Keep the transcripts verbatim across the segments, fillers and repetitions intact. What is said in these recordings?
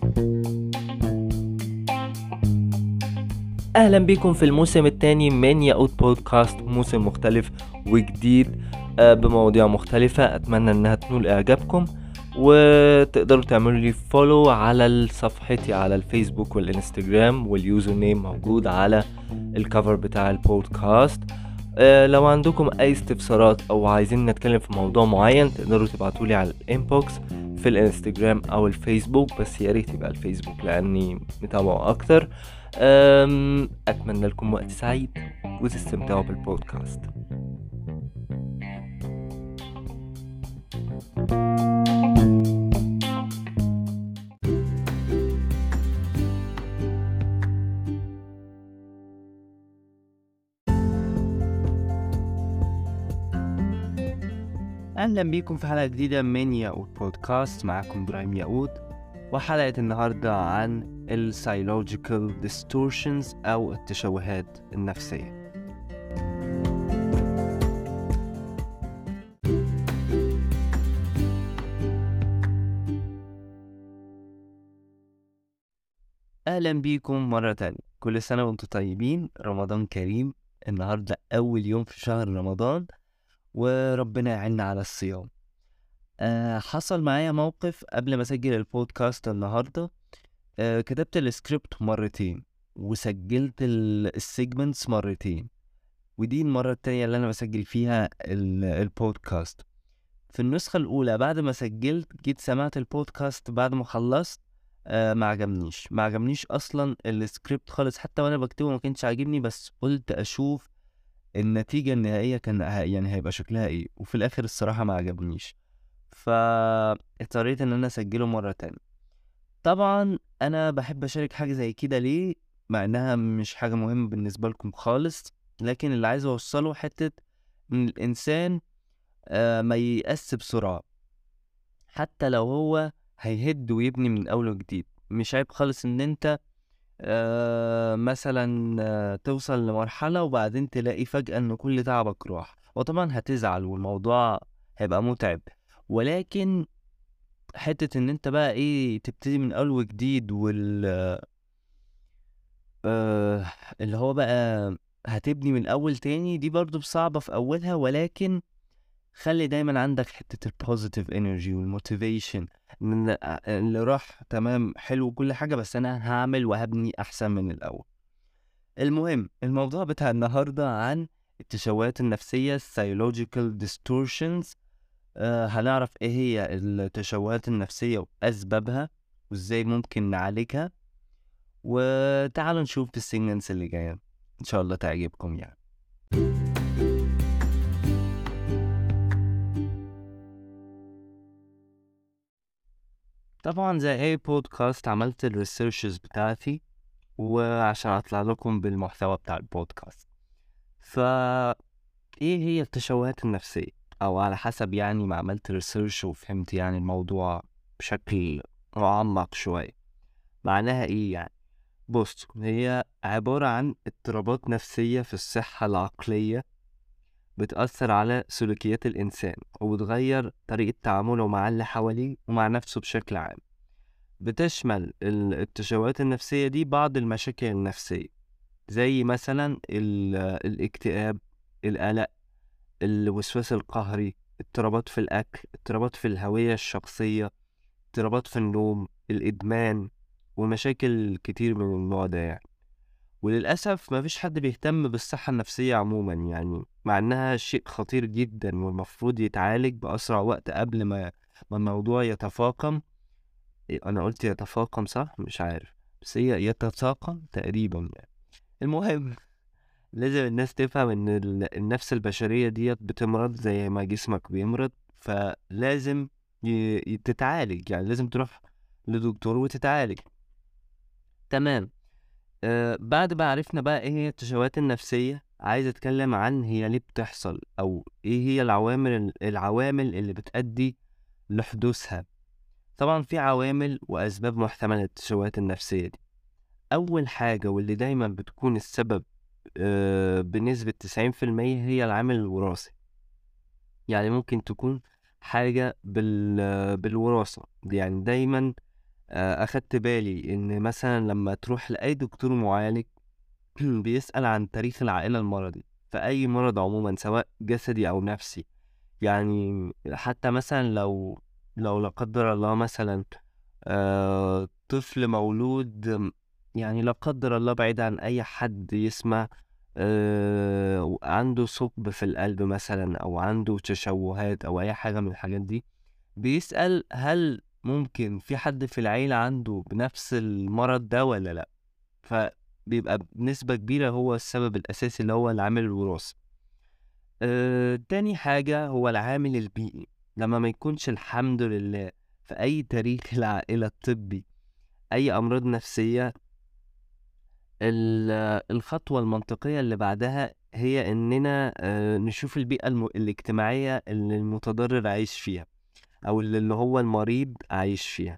اهلا بيكم في الموسم الثاني من ياقوت بودكاست، موسم مختلف وجديد آه، بمواضيع مختلفة. اتمنى انها تنول اعجابكم، وتقدروا تعملوا لي فولو على صفحتي على الفيسبوك والانستجرام، واليوزر نيم موجود على الكفر بتاع البودكاست. آه، لو عندكم اي استفسارات او عايزين نتكلم في موضوع معين تقدروا تبعتوا لي على الانبوكس في الانستجرام او الفيسبوك، بس يا ريت يبقى الفيسبوك لاني متابعه اكتر. أم، اتمنى لكم وقت سعيد وتستمتعوا بالبودكاست. اهلا بيكم في حلقه جديده من ياقوت بودكاست. معكم ابراهيم ياقوت، وحلقه النهارده عن السايلوجيكال ديستورشنز او التشوهات النفسيه. اهلا بيكم مره تانية. كل سنه وانتم طيبين، رمضان كريم. النهارده اول يوم في شهر رمضان، وربنا يعيننا على الصيام. أه حصل معايا موقف قبل ما اسجل البودكاست النهارده. أه كتبت السكريبت مرتين، وسجلت السيجمنتس مرتين، ودي المرة التانية اللي انا بسجل فيها ال- البودكاست. في النسخة الاولى بعد ما سجلت جيت سمعت البودكاست بعد ما خلصت. أه ما عجبنيش ما عجبنيش اصلا السكريبت خالص، حتى وانا بكتبه ما كانش عاجبني، بس قلت اشوف النتيجة النهائية كان ه- يعني هيبقى شكلها ايه، وفي الاخر الصراحة ما عجبنيش، فاضطريت ان انا اسجله مرة تانية. طبعا انا بحب اشارك حاجة زي كده ليه، مع انها مش حاجة مهمة بالنسبة لكم خالص، لكن اللي عايز اوصله حتة ان الانسان آه ما ييأس بسرعة، حتى لو هو هيهد ويبني من اول وجديد. مش عيب خالص ان انت آه مثلا آه توصل لمرحلة وبعدين تلاقي فجأة ان كل تعبك راح، وطبعا هتزعل والموضوع هيبقى متعب، ولكن حتة ان انت بقى ايه تبتدي من اول وجديد وال آه اللي هو بقى هتبني من الاول تاني، دي برضو صعبة في اولها، ولكن خلي دايما عندك حتة البوزيتيف انرجي والموتيفيشن، ان اللي راح تمام حلو كل حاجة، بس انا هعمل وهبني احسن من الاول. المهم، الموضوع بتاع النهاردة عن التشوهات النفسية psychological distortions. آه هنعرف ايه هي التشوهات النفسية واسبابها وازاي ممكن نعالجها، وتعالوا نشوف في السيجمنتس اللي جاية ان شاء الله تعجبكم يعني. طبعا زي اي بودكاست عملت الريسيرشز بتاعتي، وعشان اطلع لكم بالمحتوى بتاع البودكاست. فا ايه هي التشوهات النفسية، او على حسب يعني ما عملت ريسيرش وفهمت يعني الموضوع بشكل معمق شوية. معناها ايه يعني؟ بص، هي عبارة عن اضطرابات نفسية في الصحة العقلية بتأثر على سلوكيات الإنسان، وبتغير طريقة تعامله مع اللي حواليه ومع نفسه بشكل عام. بتشمل ال- التشوهات النفسية دي بعض المشاكل النفسية، زي مثلا ال- الاكتئاب، القلق، الوسواس القهري، اضطرابات في الأكل، اضطرابات في الهوية الشخصية، اضطرابات في النوم، الإدمان، ومشاكل كتير من النوع ده يعني. وللأسف مفيش حد بيهتم بالصحة النفسية عموما، يعني مع إنها شيء خطير جدا والمفروض يتعالج بأسرع وقت قبل ما ما الموضوع يتفاقم. إيه، أنا قلت يتفاقم صح؟ مش عارف، بس هي يتفاقم تقريبا يعني. المهم، لازم الناس تفهم إن ال- النفس البشرية ديت بتمرض زي ما جسمك بيمرض، فلازم ي- ي- تتعالج، يعني لازم تروح لدكتور وتتعالج. تمام. آه بعد ما عرفنا بقى ايه هي التشوهات النفسية، عايز اتكلم عن هي ليه بتحصل، او ايه هي العوامل العوامل اللي بتؤدي لحدوثها. طبعا في عوامل واسباب محتملة للتشوهات النفسية دي. اول حاجة واللي دايما بتكون السبب آه بنسبة تسعين في المية هي العامل الوراثي. يعني ممكن تكون حاجة بال بالوراثة دي، يعني دايما آآ أخدت بالي إن مثلًا لمّا تروح لأي دكتور معالج بيسأل عن تاريخ العائلة المرضي، فأي مرض عمومًا سواء جسدي أو نفسي، يعني حتى مثلًا لو لو لا قدّر الله مثلًا آآ طفل مولود م يعني لا قدّر الله بعيد عن أي حد يسمع، آآ وعنده ثقب في القلب مثلًا أو عنده تشوُّهات أو أي حاجة من الحاجات دي، بيسأل هل ممكن في حد في العيلة عنده بنفس المرض ده والّا لأ؟ فبيبقى بنسبة كبيرة هو السبب الأساسي اللي هو العامل الوراثي. آآ تاني حاجة هو العامل البيئي، لمّا ما يكونش الحمد لله في أي تاريخ العائلة الطبي أي أمراض نفسية، ال الخطوة المنطقية اللي بعدها هي إننا آآ نشوف البيئة الم الاجتماعية اللي المتضرر عايش فيها، أو اللي اللي هو المريض عايش فيها.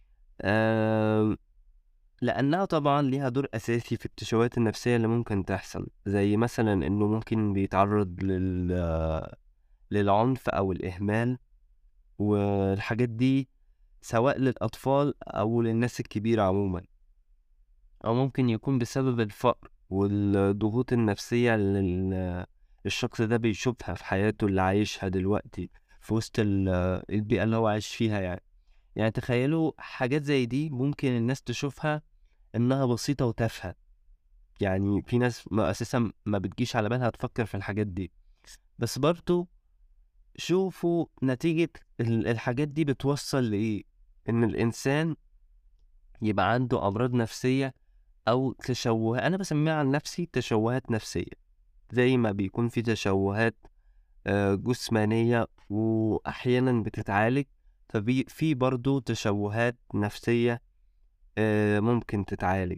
آآ لأنها طبعًا ليها دور أساسي في التشوهات النفسية اللي ممكن تحصل، زي مثلًا إنه ممكن بيتعرّض لل للعنف أو الإهمال، والحاجات دي سواء للأطفال أو للناس الكبيرة عمومًا، أو ممكن يكون بسبب الفقر والضغوط النفسية اللي ال الشخص ده بيشوفها في حياته اللي عايشها دلوقتي في وسط ال البيئة اللي هو عايش فيها يعني. يعني تخيّلوا حاجات زي دي ممكن الناس تشوفها إنها بسيطة وتافهة. يعني في ناس ما أساسًا ما بتجيش على بالها تفكّر في الحاجات دي، بس برضه شوفوا نتيجة ال الحاجات دي بتوصّل لإيه، إن الإنسان يبقى عنده أمراض نفسية أو تشوه أنا باسميها عن نفسي تشوهات نفسية، زي ما بيكون في تشوهات آآ جسمانية وأحيانًا بتتعالج، فبي في برضه تشوهات نفسية آآ ممكن تتعالج.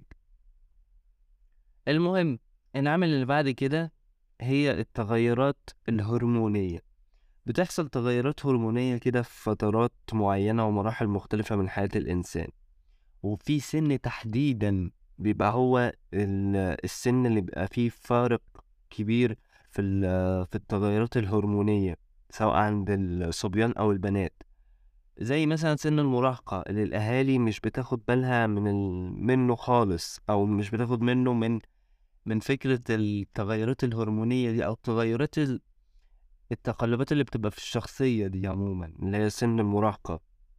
المهم العامل اللي بعد كده هي التغيرات الهرمونية. بتحصل تغيرات هرمونية كده في فترات معينة ومراحل مختلفة من حياة الإنسان، وفي سن تحديدا بيبقى هو ال- السن اللي بيبقى فيه فارق كبير في ال- في التغيرات الهرمونية، سواء عند الصبيان أو البنات، زي مثلا سن المراهقة اللي الأهالي مش بتاخد بالها من ال... منه خالص، أو مش بتاخد منه من من فكرة التغيرات الهرمونية دي، أو التغيرات التقلبات اللي بتبقى في الشخصية دي عموما اللي هي سن المراهقة.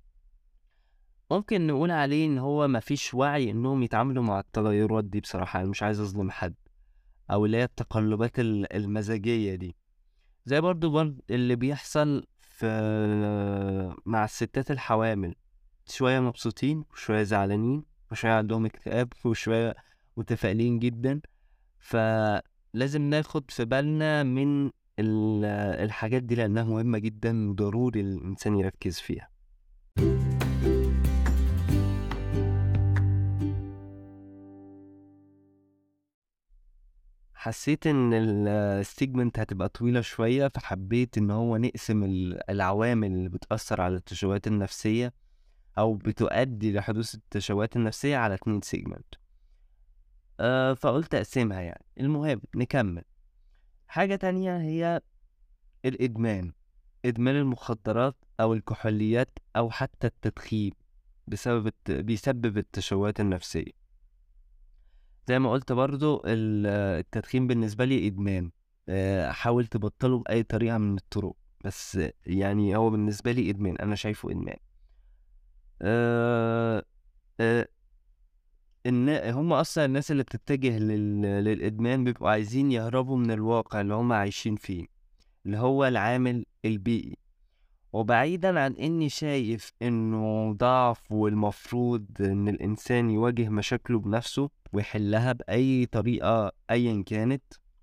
ممكن نقول عليه إن هو مفيش وعي إنهم يتعاملوا مع التغيرات دي بصراحة، أنا مش عايز أظلم حد، أو اللي هي التقلبات ال- المزاجية دي، زي برضو برضو اللي بيحصل في مع الستات الحوامل، شوية مبسوطين وشوية زعلانين وشوية عندهم اكتئاب وشوية متفائلين جدا. فلازم ناخد في بالنا من ال- الحاجات دي لأنها مهمة جدا وضروري الإنسان يركز فيها. حسيت إن السيجمنت هتبقى طويلة شوية، فحبيت إن هو نقسم ال- العوامل اللي بتأثر على التشوهات النفسية أو بتؤدي لحدوث التشوهات النفسية على اتنين سيجمنت. أه فقلت أقسمها يعني. المهم نكمل. حاجة تانية هي الإدمان، إدمان المخدرات أو الكحوليات أو حتى التدخين، بسبب الت... بيسبب التشوهات النفسية. زي ما قلت برضو ال- التدخين بالنسبة لي إدمان، آه، حاول تبطله بأي طريقة من الطرق، بس يعني هو بالنسبة لي إدمان، أنا شايفه إدمان. أه أه إن هم أصلا الناس اللي بتتجه لل... للإدمان بيبقوا عايزين يهربوا من الواقع اللي هم عايشين فيه، اللي هو العامل البيئي. وبعيدا عن اني شايف انه ضعف والمفروض ان الانسان يواجه مشاكله بنفسه ويحلها بأي طريقة ايا كانت،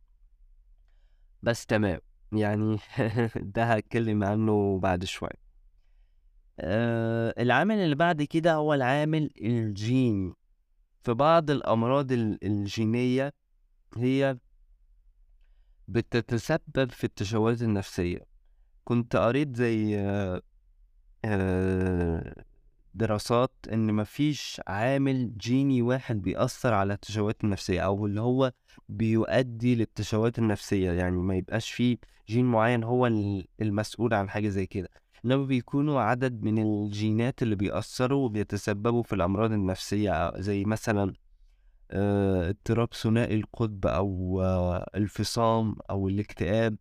بس تمام يعني. ده هتكلم عنه بعد شوية. أه العامل اللي بعد كده هو العامل الجيني. في بعض الأمراض ال- الجينية هي بتتسبب في التشوهات النفسية. كنت قريت زي آه، دراسات ان مفيش عامل جيني واحد بيأثر على التشوهات النفسية، او اللي هو بيؤدي للتشوهات النفسية، يعني ما يبقاش فيه جين معين هو ال- المسؤول عن حاجة زي كده. إنما بيكونوا عدد من الجينات اللي بيأثروا وبيتسببوا في الأمراض النفسية، زي مثلا آه، اضطراب ثنائي القطب أو آه، الفصام أو الاكتئاب.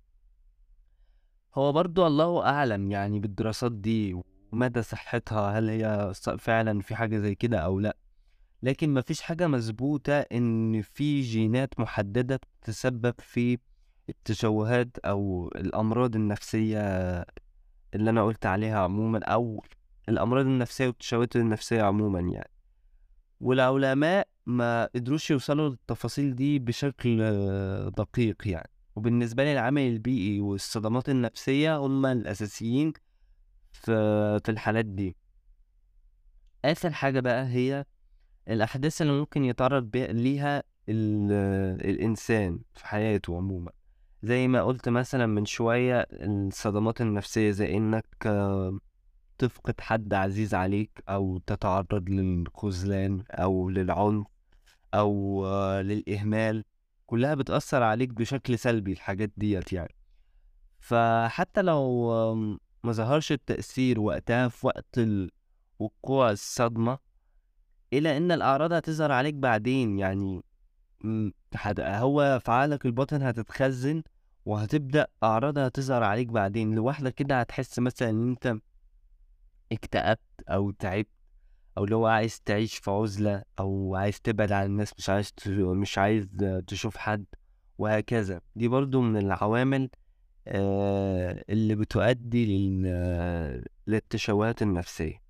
هو برضو الله أعلم يعني بالدراسات دي ومدى صحتها، هل هي ص- فعلا في حاجة زي كده أو لأ. لكن مفيش حاجة مظبوطة إن في جينات محددة تتسبب في التشوهات أو الأمراض النفسية اللي أنا قلت عليها عموما، أو الأمراض النفسية والتشوهات النفسية عموما يعني. والعلماء ما قدروش يوصلوا للتفاصيل دي بشكل آه، دقيق يعني. وبالنسبة لي العامل البيئي والصدمات النفسية هما الأساسيين في في الحالات دي. آخر حاجة بقى هي الأحداث اللي ممكن يتعرض بي- ليها ال- الإنسان في حياته عموما. زي ما قلت مثلا من شوية، الصدمات النفسية زي إنك آه، تفقد حد عزيز عليك، أو تتعرض للخذلان أو للعنف أو آه، للإهمال. كلها بتأثر عليك بشكل سلبي الحاجات ديت يعني. فحتى لو آم، ما ظهرش التأثير وقتها في وقت ال- وقوع الصدمة، إلا إن الأعراض هتظهر عليك بعدين يعني. م، هت- هو في عقلك الباطن هتتخزن، وهتبدأ أعراضها تظهر عليك بعدين لوحدك كده. هتحس مثلا إن أنت اكتئبت أو تعبت، أو اللي هو عايز تعيش في عزلة، أو عايز تبعد عن الناس، مش عايز ت- مش عايز تشوف حد، وهكذا. دي برضو من العوامل آه، اللي بتؤدي لل- للتشوهات النفسية.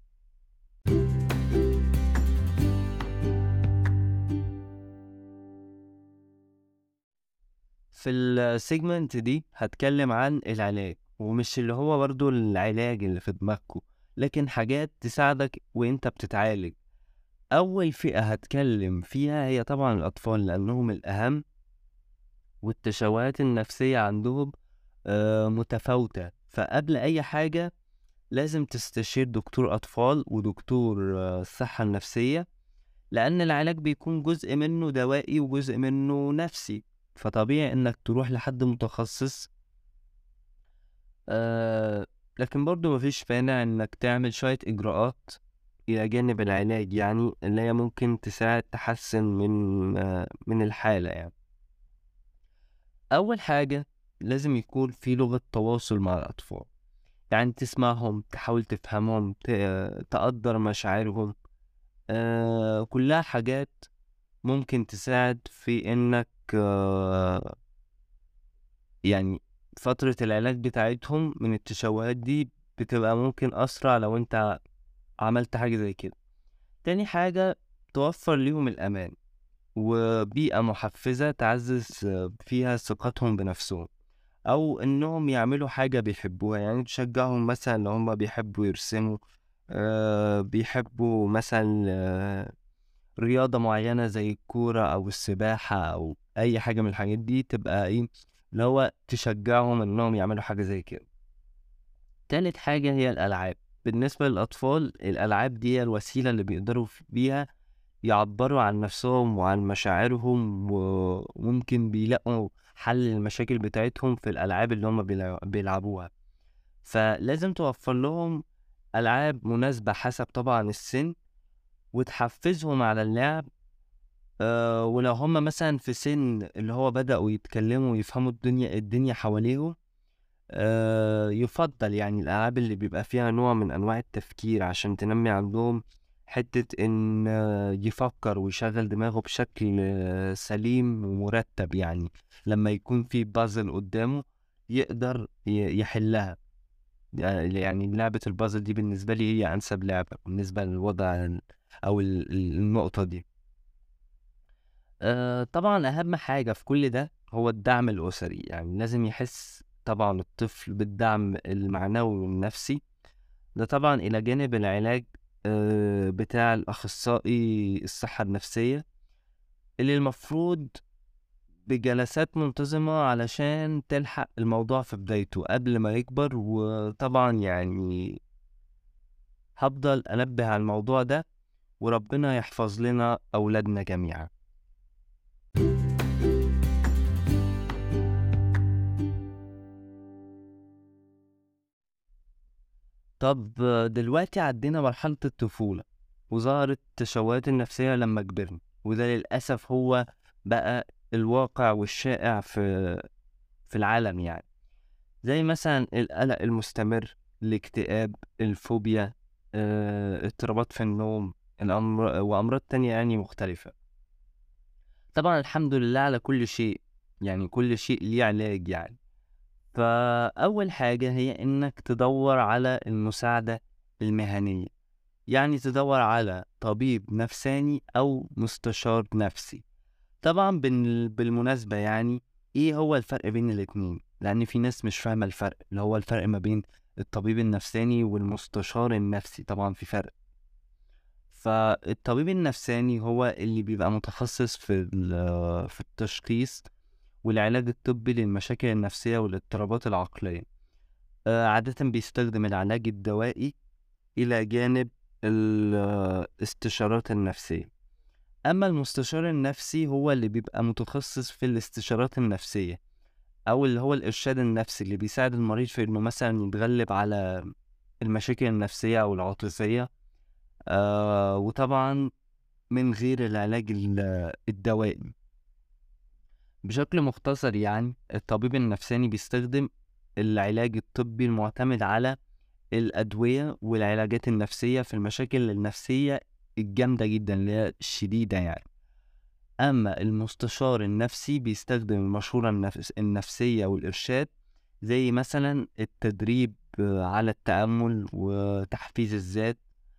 في السيجمنت دي هتكلم عن العلاج، ومش اللي هو برضو العلاج اللي في دماغكو، لكن حاجات تساعدك وانت بتتعالج. اول فئة هتكلم فيها هي طبعا الاطفال، لانهم الاهم، والتشوهات النفسية عندهم آه، متفاوتة. فقبل اي حاجة لازم تستشير دكتور اطفال ودكتور آه، الصحة النفسية، لأن العلاج بيكون جزء منه دوائي وجزء منه نفسي. فطبيعي إنك تروح لحد متخصص. آه لكن برضو مفيش مانع إنك تعمل شوية إجراءات إلى جانب العلاج، يعني اللي هي ممكن تساعد تحسن من آه من الحالة يعني. أول حاجة لازم يكون في لغة تواصل مع الأطفال، يعني تسمعهم، تحاول تفهمهم، ت- تقدر مشاعرهم. آه كلها حاجات ممكن تساعد في انك آه، يعني فترة العلاج بتاعتهم من التشوهات دي بتبقى ممكن اسرع لو انت عملت حاجة زي كده. تاني حاجة، توفر ليهم الامان وبيئة محفزة تعزز آه، فيها ثقتهم بنفسهم، او انهم يعملوا حاجة بيحبوها. يعني تشجعهم مثلا لو هم بيحبوا يرسموا، أه بيحبوا مثلا آه، رياضة معينة زي الكورة أو السباحة أو أي حاجة من الحاجات دي، تبقى إيه اللي هو تشجعهم إنهم يعملوا حاجة زي كده. تالت حاجة هي الألعاب. بالنسبة للأطفال، الألعاب دي هي الوسيلة اللي بيقدروا ف- بيها يعبروا عن نفسهم وعن مشاعرهم، وممكن بيلاقوا حل للمشاكل بتاعتهم في الألعاب اللي هم بيلع- بيلعبوها. فلازم توفر لهم ألعاب مناسبة حسب طبعا السن، وتحفزهم على اللعب. أه ولو هم مثلا في سن اللي هو بدأوا يتكلموا ويفهموا الدنيا الدنيا حواليهم، أه يفضل يعني الألعاب اللي بيبقى فيها نوع من أنواع التفكير، عشان تنمي عندهم حتة إن آه، يفكر ويشغل دماغه بشكل آه، سليم ومرتب يعني. لما يكون في بازل قدامه يقدر ي- يحلها. يعني لعبة البازل دي بالنسبة لي هي أنسب لعبة بالنسبة للوضع ال- أو ال- ال- النقطة دي. آه طبعا أهم حاجة في كل ده هو الدعم الأسري. يعني لازم يحس طبعا الطفل بالدعم المعنوي والنفسي، ده طبعا إلى جانب العلاج آه بتاع الأخصائي الصحة النفسية، اللي المفروض بجلسات منتظمة علشان تلحق الموضوع في بدايته قبل ما يكبر. وطبعا يعني هفضل أنبه على الموضوع ده، وربنا يحفظ لنا أولادنا جميعا. طب دلوقتي عدينا مرحلة الطفولة وظهرت التشوهات النفسية لما كبرنا، وده للأسف هو بقى الواقع والشائع في في العالم يعني، زي مثلا القلق المستمر، الاكتئاب، الفوبيا، آه، اضطرابات في النوم، الأمر وأمراض تانية يعني مختلفة. طبعا الحمد لله على كل شيء، يعني كل شيء ليه علاج يعني. فأول حاجة هي إنك تدور على المساعدة المهنية، يعني تدور على طبيب نفساني أو مستشار نفسي. طبعا بال- بالمناسبة يعني إيه هو الفرق بين الاتنين؟ لأن في ناس مش فاهمة الفرق، اللي هو الفرق ما بين الطبيب النفساني والمستشار النفسي. طبعا في فرق. فالطبيب النفساني هو اللي بيبقى متخصص في ال- في التشخيص والعلاج الطبي للمشاكل النفسية والاضطرابات العقلية. آه، عادة بيستخدم العلاج الدوائي إلى جانب الاستشارات النفسية. أما المستشار النفسي هو اللي بيبقى متخصص في الاستشارات النفسية، أو اللي هو الإرشاد النفسي، اللي بيساعد المريض في إنه مثلا يتغلب على المشاكل النفسية أو العاطفية. آه وطبعا من غير العلاج ال- الدوائي. بشكل مختصر يعني الطبيب النفساني بيستخدم العلاج الطبي المعتمد على الأدوية والعلاجات النفسية في المشاكل النفسية الجامدة جدا اللي هي الشديدة يعني. أما المستشار النفسي بيستخدم المشورة النفس النفسية والإرشاد، زي مثلا التدريب آه، على التأمل وتحفيز الذات،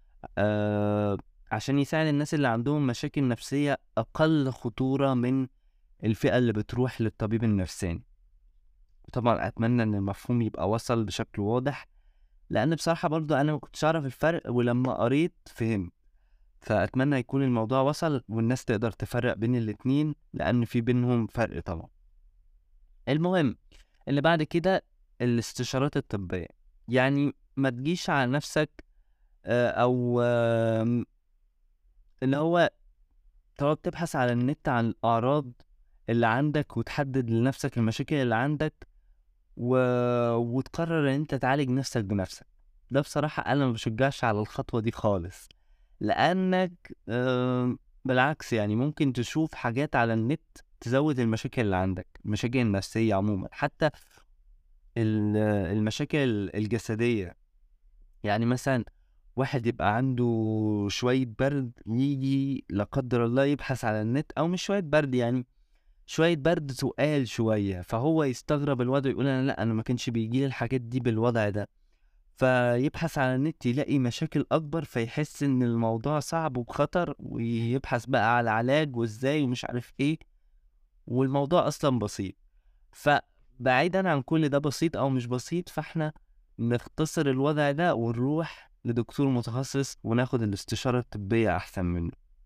آه عشان يساعد الناس اللي عندهم مشاكل نفسية أقل خطورة من الفئة اللي بتروح للطبيب النفساني. طبعا أتمنى إن المفهوم يبقى وصل بشكل واضح، لأن بصراحة برضو أنا ما كنتش أعرف الفرق، ولما قريت فهمت. فأتمنى يكون الموضوع وصل والناس تقدر تفرق بين الاتنين، لأن في بينهم فرق طبعا. المهم اللي بعد كده الاستشارات الطبية. يعني ما تجيش على نفسك، آه، أو آم، اللي هو تقعد تبحث على النت عن الأعراض اللي عندك وتحدد لنفسك المشاكل اللي عندك و... وتقرر ان انت تعالج نفسك بنفسك. ده بصراحة انا ما بشجعش على الخطوة دي خالص، لانك آم، بالعكس يعني ممكن تشوف حاجات على النت تزود المشاكل اللي عندك، المشاكل النفسية عموما، حتى ال- المشاكل الجسدية. يعني مثلا واحد يبقى عنده شوية برد، يجي لا قدر الله يبحث على النت، او مش شوية برد يعني شوية برد تقال شوية، فهو يستغرب الوضع، يقول أنا لأ، أنا ما كانش بيجيلي الحاجات دي بالوضع ده. فيبحث على النت يلاقي مشاكل أكبر، فيحس إن الموضوع صعب وخطر، ويبحث بقى على علاج وإزاي ومش عارف إيه، والموضوع أصلا بسيط. فبعيدا عن كل ده بسيط أو مش بسيط، فإحنا نختصر الوضع ده ونروح لدكتور متخصص وناخد الاستشارة الطبية أحسن منه.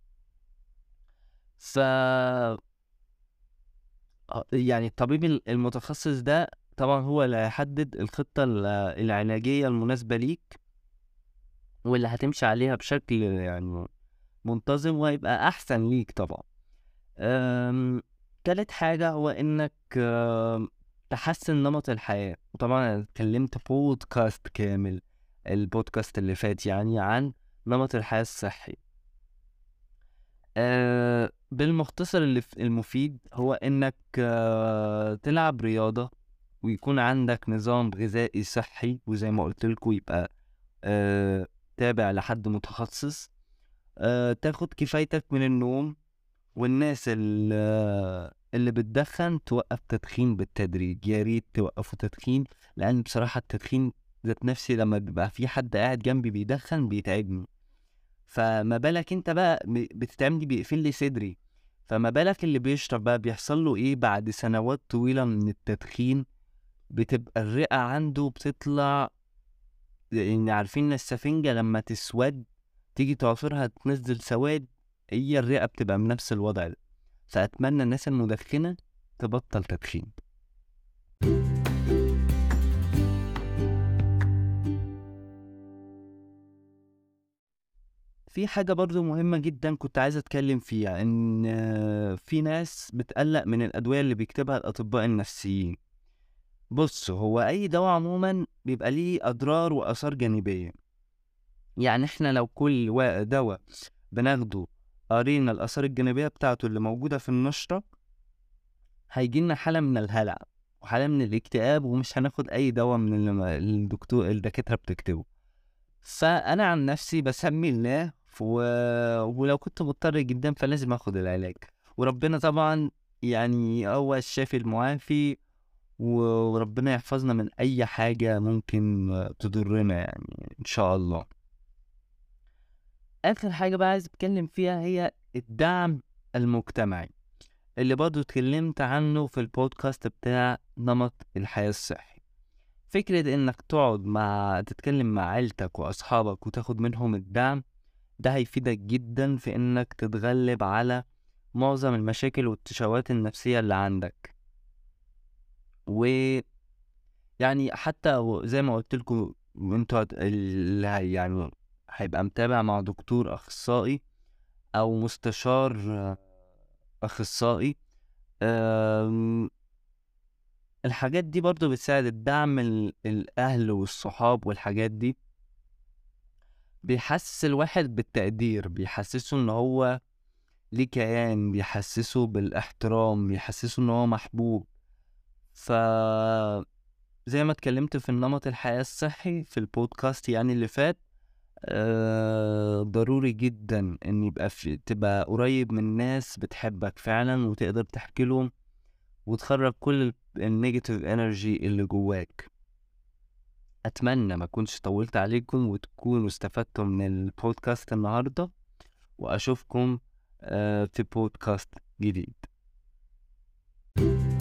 ف آه، يعني الطبيب ال- المتخصص ده طبعا هو اللي هيحدد الخطة ال- العلاجية المناسبة ليك، واللي هتمشي عليها بشكل يعني منتظم، وهيبقى أحسن ليك طبعا. أم... تالت حاجة هو إنك أم... تحسن نمط الحياة. وطبعا أنا اتكلمت بودكاست كامل البودكاست اللي فات يعني عن نمط الحياة الصحي. أه... بالمختصر اللي ف- المفيد هو إنك أه... تلعب رياضة، ويكون عندك نظام غذائي صحي، وزي ما قلت لكم يبقى آه تابع لحد متخصص، آه تاخد كفايتك من النوم. والناس اللي, اللي بتدخن توقف تدخين بالتدريج، يا ريت توقفوا تدخين، لأن بصراحة التدخين ذات نفسي لما بيبقى في حد قاعد جنبي بيدخن بيتعبني، فما بالك انت بقى م- بتتعبني، بيقفل لي صدري. فما بالك اللي بيشرب بقى بيحصل له ايه بعد سنوات طويلة من التدخين؟ بتبقى الرئة عنده بتطلع، يعني عارفين السفنجة لما تسود تيجي تعصرها تنزل سواد، هي الرئة بتبقى من نفس الوضع ده. فأتمنى الناس المدخنة تبطل تدخين. في حاجة برضو مهمة جدا كنت عايز أتكلم فيها، إن آه، في ناس بتقلق من الأدوية اللي بيكتبها الأطباء النفسيين. بص، هو أي دواء عموما بيبقى ليه أضرار وآثار جانبية. يعني إحنا لو كل وا- دواء بناخده قارينا الآثار الجانبية بتاعته اللي موجودة في النشرة، هيجيلنا حالة من الهلع وحالة من الاكتئاب، ومش هناخد أي دواء من اللي ما- الدكتور الدكاترة بتكتبه. فأنا عن نفسي بسمي الله و... ولو كنت مضطر جدا فلازم أخد العلاج، وربنا طبعا يعني هو الشافي المعافي، و- وربنا يحفظنا من أي حاجة ممكن تضرنا يعني إن شاء الله. آخر حاجة بقى عايز أتكلم فيها هي الدعم المجتمعي، اللي برضو اتكلمت عنه في البودكاست بتاع نمط الحياة الصحي. فكرة إنك تقعد مع تتكلم مع عيلتك وأصحابك وتاخد منهم الدعم، ده هيفيدك جدا في إنك تتغلب على معظم المشاكل والتشوهات النفسية اللي عندك. ويعني حتى و- زي ما قلت لكم، انتوا هت- اللي هي- يعني هيبقى متابع مع دكتور أخصائي أو مستشار آه، أخصائي. أم، الحاجات دي برضو بتساعد الدعم ال- الأهل والصحاب، والحاجات دي بيحسس الواحد بالتقدير، بيحسسه إن هو ليه كيان، بيحسسه بالاحترام، بيحسسه إن هو محبوب. ف زي ما اتكلمت في النمط الحياة الصحي في البودكاست يعني اللي فات، آه ضروري جدا ان يبقى في تبقى قريب من ناس بتحبك فعلا وتقدر تحكي لهم وتخرج كل النيجاتيف انرجي اللي جواك. اتمنى ما اكونش طولت عليكم وتكونوا استفدتوا من البودكاست النهاردة، واشوفكم آه في بودكاست جديد.